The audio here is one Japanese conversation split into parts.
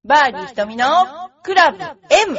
バーディー瞳のクラブ M。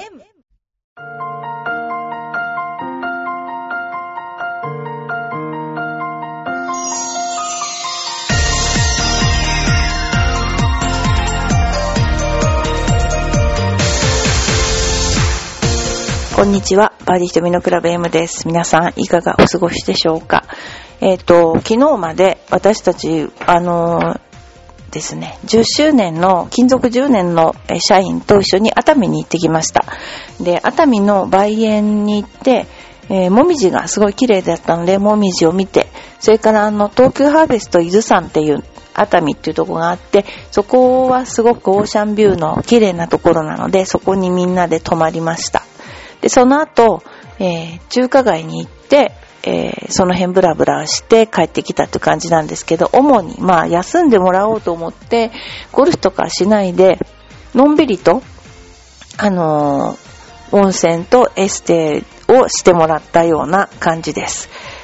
こんにちは、バーディー瞳のクラブ M です。皆さんいかがお過ごしでしょうか。昨日まで私たちですね、10周年の勤続10年の社員と一緒に熱海に行ってきました。で、熱海の梅園に行って、もみじがすごい綺麗だったので、もみじを見て、それから東急ハーベスト伊豆山っていう熱海っていうところがあって、そこはすごくオーシャンビューの綺麗なところなので、そこにみんなで泊まりました。で、その後、中華街に行って、その辺ブラブラして帰ってきたって感じなんですけど、主に休んでもらおうと思ってゴルフとかしないでのんびりと温泉とエステをしてもらったような感じです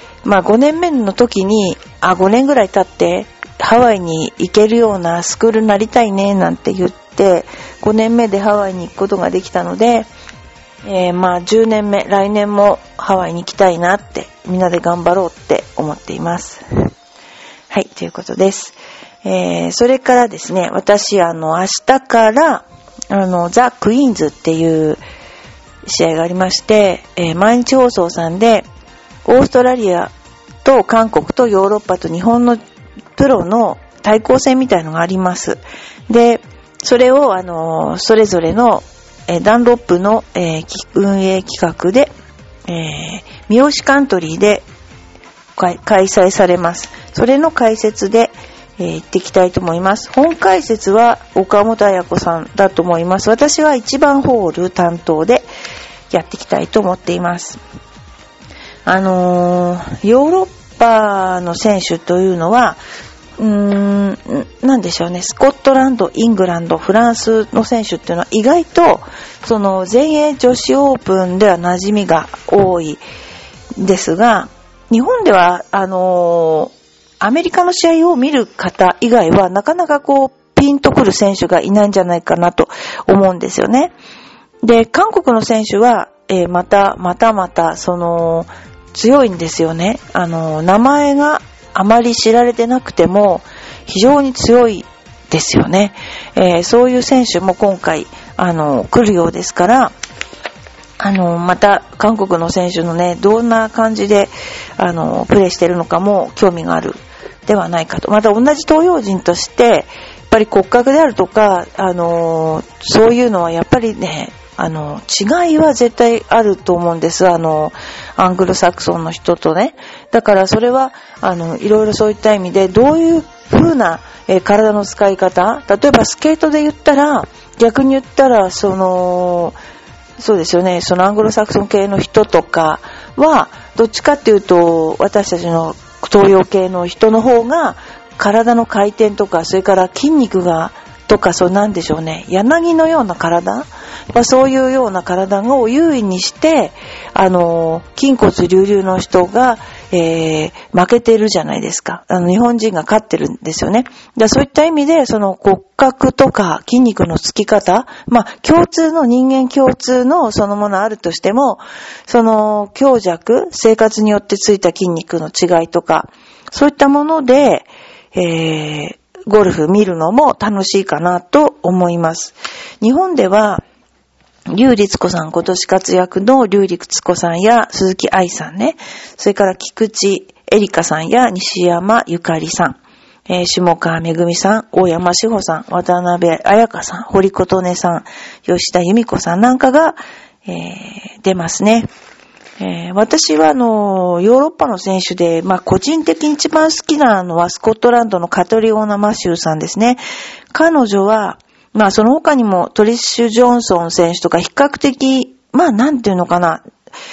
。5年目の時に5年ぐらい経ってハワイに行けるようなスクールになりたいねなんて言って5年目でハワイに行くことができたので、10年目、来年もハワイに行きたいなって、みんなで頑張ろうって思っています。はい、ということです。それからですね、私、明日から、ザ・クイーンズっていう試合がありまして、毎日放送さんで、オーストラリアと韓国とヨーロッパと日本のプロの対抗戦みたいのがあります。で、それを、それぞれのダンロップの、運営企画で、三好カントリーで開催されます。それの解説で、行っていきたいと思います。本解説は岡本彩子さんだと思います。私は1番ホール担当でやっていきたいと思っています。ヨーロッパの選手というのはなんでしょうね、スコットランド、イングランド、フランスの選手っていうのは意外とその全英女子オープンでは馴染みが多いですが、日本ではアメリカの試合を見る方以外はなかなかピンとくる選手がいないんじゃないかなと思うんですよね。で、韓国の選手は、またその強いんですよね。名前があまり知られてなくても非常に強いですよね。そういう選手も今回来るようですから、また韓国の選手のね、どんな感じでプレーしてるのかも興味があるではないかと。また同じ東洋人としてやっぱり骨格であるとかそういうのはやっぱりね、違いは絶対あると思うんです。アングロサクソンの人とね。だからそれはいろいろそういった意味でどういう風な、体の使い方、例えばスケートで言ったら、逆に言ったらそうですよね、そのアングロサクソン系の人とかはどっちかっていうと私たちの東洋系の人の方が体の回転とか、それから筋肉がとか、そうなんでしょうね、柳のような体、そういうような体を優位にして筋骨隆々の人が、負けてるじゃないですか。日本人が勝ってるんですよね。そういった意味でその骨格とか筋肉のつき方、人間共通のそのものあるとしても、その強弱、生活によってついた筋肉の違いとか、そういったもので、ゴルフ見るのも楽しいかなと思います。日本では笠律子さん、今年活躍の笠律子さんや鈴木愛さんね、それから菊池絵里香さんや西山ゆかりさん、下川めぐみさん、大山志保さん、渡辺彩香さん、堀琴音さん、吉田由美子さんなんかが、出ますね。私はヨーロッパの選手で、個人的に一番好きなのはスコットランドのカトリオーナ・マシューさんですね。彼女はその他にもトリッシュ・ジョンソン選手とか比較的、なんていうのかな、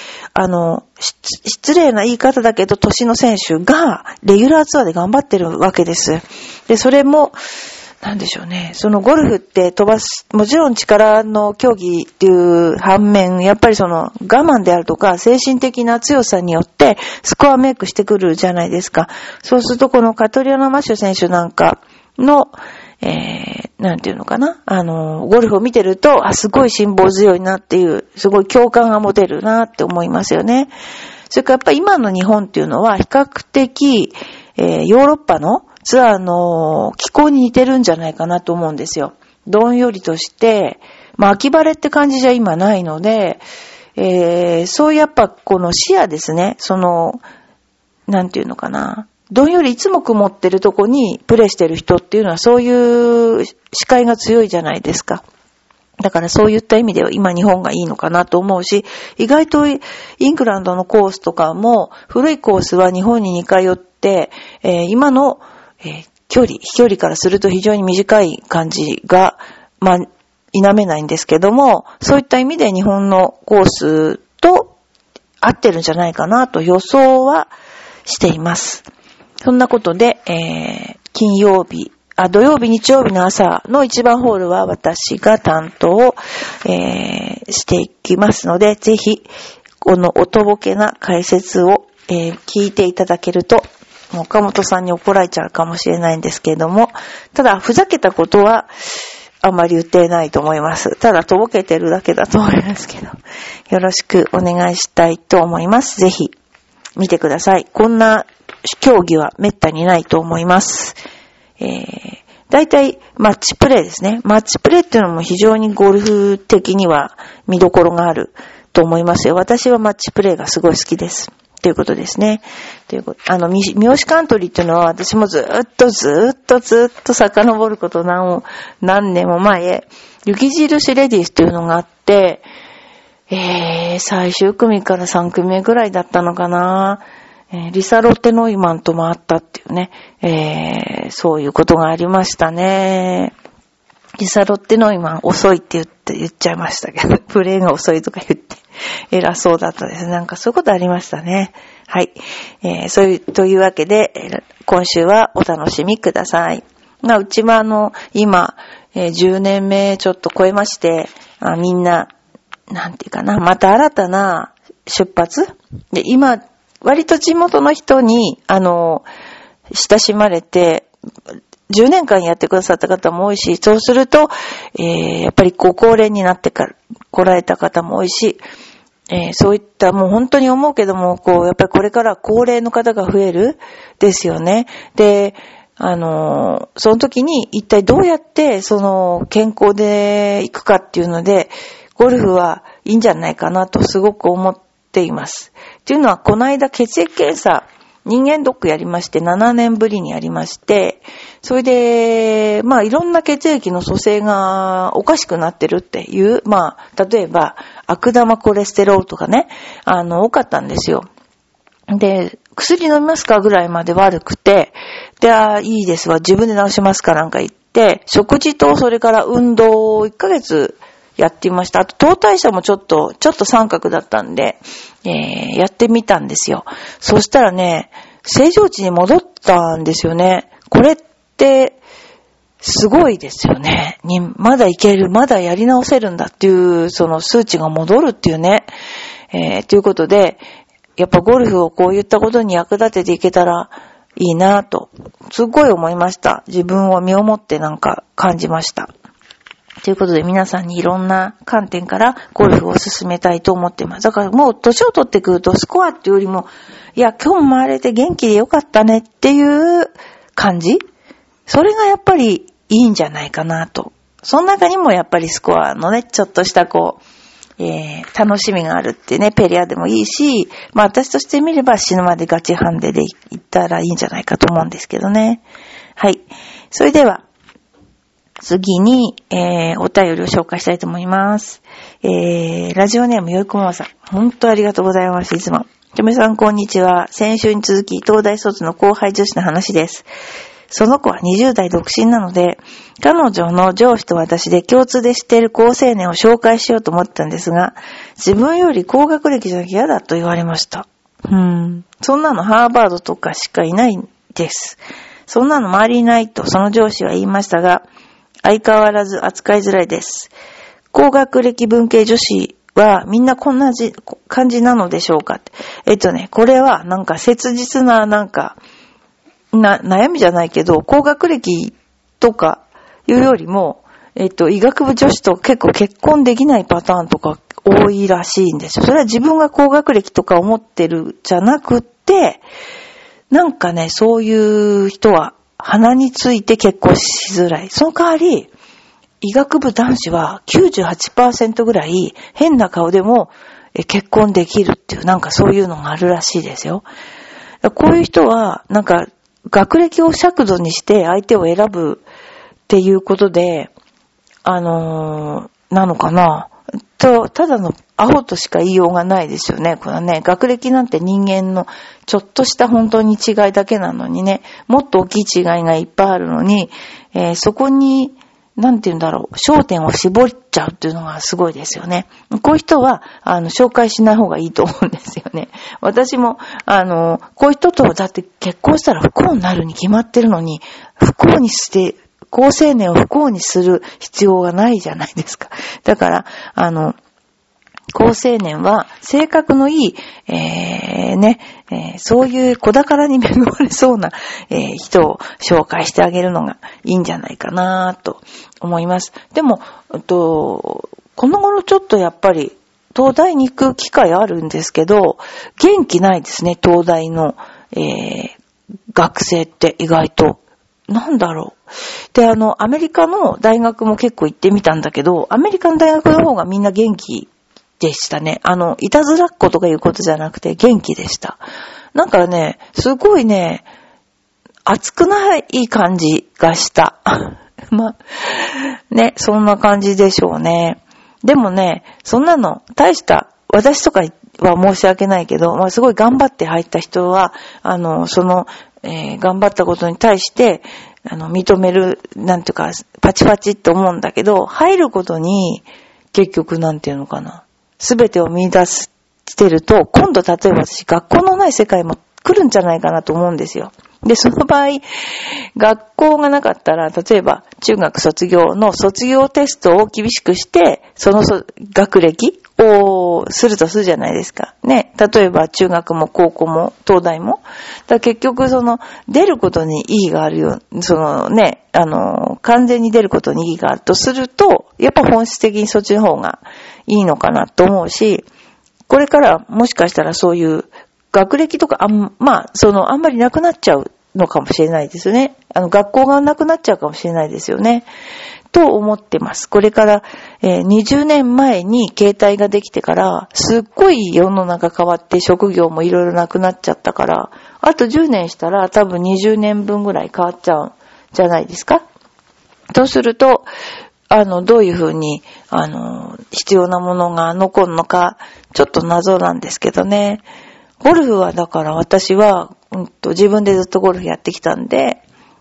失礼な言い方だけど、年の選手がレギュラーツアーで頑張ってるわけです。で、それも、なんでしょうね、そのゴルフってもちろん力の競技っていう反面、やっぱりその我慢であるとか、精神的な強さによってスコアメイクしてくるじゃないですか。そうするとこのカトリオナ・マシュ選手なんかの、 なんていうのかな、ゴルフを見てると、すごい辛抱強いなっていう、すごい共感が持てるなって思いますよね。それからやっぱり今の日本っていうのは比較的、ヨーロッパのツアーの気候に似てるんじゃないかなと思うんですよ。どんよりとして、秋晴れって感じじゃ今ないので、そういうやっぱこの視野ですね、なんていうのかな、どんよりいつも曇ってるとこにプレーしてる人っていうのはそういう視界が強いじゃないですか。だからそういった意味では今日本がいいのかなと思うし、意外とイングランドのコースとかも古いコースは日本に2回寄って、今の、飛距離からすると非常に短い感じが、否めないんですけども、そういった意味で日本のコースと合ってるんじゃないかなと予想はしています。そんなことで、土曜日、日曜日の朝の1番ホールは私が担当、していきますので、ぜひ、このおとぼけな解説を、聞いていただけると、岡本さんに怒られちゃうかもしれないんですけれども、ただ、ふざけたことは、あんまり言ってないと思います。ただ、とぼけてるだけだと思いますけど、よろしくお願いしたいと思います。ぜひ、見てください。こんな競技は滅多にないと思います。大体マッチプレーですね。マッチプレーっていうのも非常にゴルフ的には見どころがあると思いますよ。私はマッチプレーがすごい好きです。ということですね。三好カントリーっていうのは私もずっと遡ること何年も前、雪印レディースっていうのがあって、最終組から3組目ぐらいだったのかな。リサ・ロッテ・ノイマンとも会ったっていうね、そういうことがありましたね。リサ・ロッテ・ノイマン遅いって言っちゃいましたけど、プレーが遅いとか言って偉そうだったです。なんかそういうことありましたね。はい。というわけで、今週はお楽しみください。うちは今、10年目ちょっと超えまして、みんな、なんていうかな、また新たな出発で、今、割と地元の人に、親しまれて、10年間やってくださった方も多いし、そうすると、やっぱりご高齢になってから来られた方も多いし、そういったもう本当に思うけども、やっぱりこれから高齢の方が増えるですよね。で、その時に一体どうやって健康で行くかっていうので、ゴルフはいいんじゃないかなとすごく思っています。っていうのは、この間血液検査、人間ドックやりまして、7年ぶりにやりまして、それで、いろんな血液の組成がおかしくなってるっていう、例えば、悪玉コレステロールとかね、多かったんですよ。で、薬飲みますかぐらいまで悪くて、で、いいですわ、自分で治しますかなんか言って、食事とそれから運動を1ヶ月やってみました。あと、糖代謝もちょっと三角だったんで、やってみたんですよ。そしたらね、正常値に戻ったんですよね。これって、すごいですよね。まだいける、まだやり直せるんだっていう、その数値が戻るっていうね。ということで、やっぱゴルフをこういったことに役立てていけたらいいなぁと、すごい思いました。自分を身をもってなんか感じました。ということで皆さんにいろんな観点からゴルフを進めたいと思っています。だからもう年を取ってくるとスコアっていうよりも、いや今日も回れて元気でよかったねっていう感じ？それがやっぱりいいんじゃないかなと。その中にもやっぱりスコアのね、ちょっとした楽しみがあるってね、ペリアでもいいし、私としてみれば死ぬまでガチハンデで行ったらいいんじゃないかと思うんですけどね。はい。それでは、次に、お便りを紹介したいと思います。ラジオネームよいこままさん。本当ありがとうございます。いつも。とめさんこんにちは。先週に続き、東大卒の後輩女子の話です。その子は20代独身なので、彼女の上司と私で共通で知っている高青年を紹介しようと思ったんですが、自分より高学歴じゃなきゃ嫌だと言われました。そんなのハーバードとかしかいないんです。そんなの周りにいないとその上司は言いましたが、相変わらず扱いづらいです。高学歴文系女子はみんなこんな感じなのでしょうか。これはなんか切実な悩みじゃないけど、高学歴とかいうよりも、医学部女子と結構結婚できないパターンとか多いらしいんですよ。それは自分が高学歴とか思ってるじゃなくって、なんかね、そういう人は鼻について結婚しづらい。その代わり、医学部男子は 98% ぐらい変な顔でも結婚できるっていう、なんかそういうのがあるらしいですよ。こういう人は、なんか学歴を尺度にして相手を選ぶっていうことで、なのかなと、ただのアホとしか言いようがないですよね。これはね、学歴なんて人間のちょっとした本当に違いだけなのにね、もっと大きい違いがいっぱいあるのに、そこに、なんて言うんだろう、焦点を絞っちゃうっていうのがすごいですよね。こういう人は、紹介しない方がいいと思うんですよね。私も、こういう人と、だって結婚したら不幸になるに決まってるのに、不幸にして、好青年を不幸にする必要がないじゃないですか。だから、好青年は性格のいい、そういう子宝に恵まれそうな、人を紹介してあげるのがいいんじゃないかなと思います。でも、この頃ちょっとやっぱり東大に行く機会あるんですけど、元気ないですね、東大の、学生って意外と。なんだろう。で、アメリカの大学も結構行ってみたんだけど、アメリカの大学の方がみんな元気でしたね。いたずらっ子とかいうことじゃなくて元気でした。なんかね、すごいね、熱くない感じがした。まあ、ね、そんな感じでしょうね。でもね、そんなの、大した、私とかは申し訳ないけど、まあすごい頑張って入った人は、頑張ったことに対して、認める、なんていうか、パチパチって思うんだけど、入ることに、結局なんていうのかな。すべてを見出してると、今度例えば私、学校のない世界も来るんじゃないかなと思うんですよ。で、その場合、学校がなかったら、例えば、中学卒業の卒業テストを厳しくして、その学歴をするとするじゃないですか。ね。例えば、中学も高校も東大も。だ結局、出ることに意義があるよ。完全に出ることに意義があるとすると、やっぱ本質的にそっちの方がいいのかなと思うし、これからもしかしたらそういう学歴とかあんまりなくなっちゃうのかもしれないですよね。学校がなくなっちゃうかもしれないですよね。と思ってます。これから、20年前に携帯ができてから、すっごい世の中変わって職業もいろいろなくなっちゃったから、あと10年したら多分20年分ぐらい変わっちゃうんじゃないですか。とすると、どういうふうに、必要なものが残るのか、ちょっと謎なんですけどね。ゴルフはだから私は、自分でずっとゴルフやってきたんで、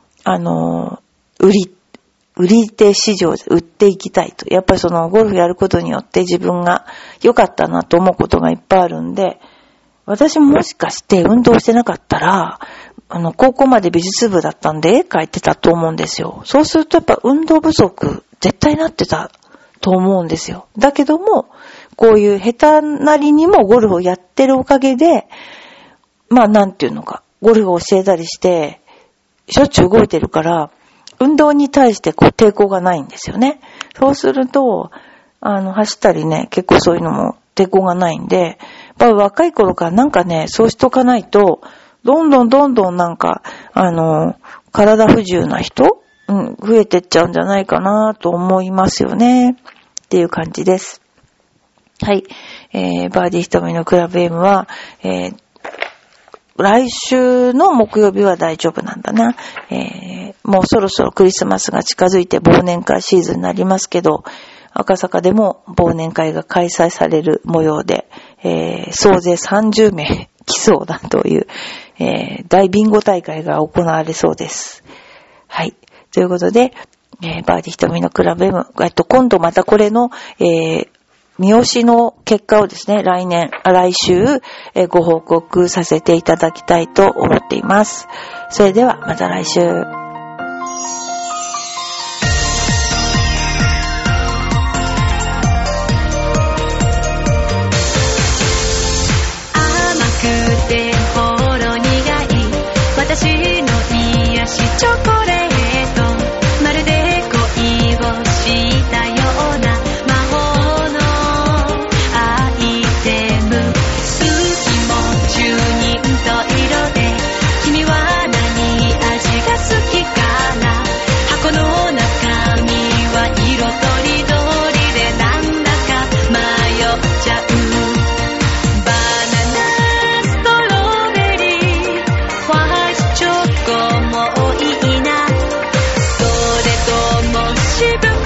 売り手市場で売っていきたいと。やっぱりゴルフやることによって自分が良かったなと思うことがいっぱいあるんで、私もしかして運動してなかったら、高校まで美術部だったんで絵描いてたと思うんですよ。そうするとやっぱ運動不足絶対なってたと思うんですよ。だけども、こういう下手なりにもゴルフをやってるおかげで、まあなんていうのか、ゴルフを教えたりして、しょっちゅう動いてるから、運動に対して抵抗がないんですよね。そうすると、走ったりね、結構そういうのも抵抗がないんで、やっぱり若い頃からなんかね、そうしとかないと、どんどんなんか、体不自由な人、増えてっちゃうんじゃないかなと思いますよね。っていう感じです。はい。バーディー瞳のクラブ M は、来週の木曜日は大丈夫なんだな。もうそろそろクリスマスが近づいて忘年会シーズンになりますけど、赤坂でも忘年会が開催される模様で、総勢30名来そうだという、大ビンゴ大会が行われそうです。はい。ということで、バーディー瞳のクラブ M、今度またこれの、見押しの結果をですね、来週、ご報告させていただきたいと思っています。それではまた来週。 私の癒しチョコレート、まるで恋しぶ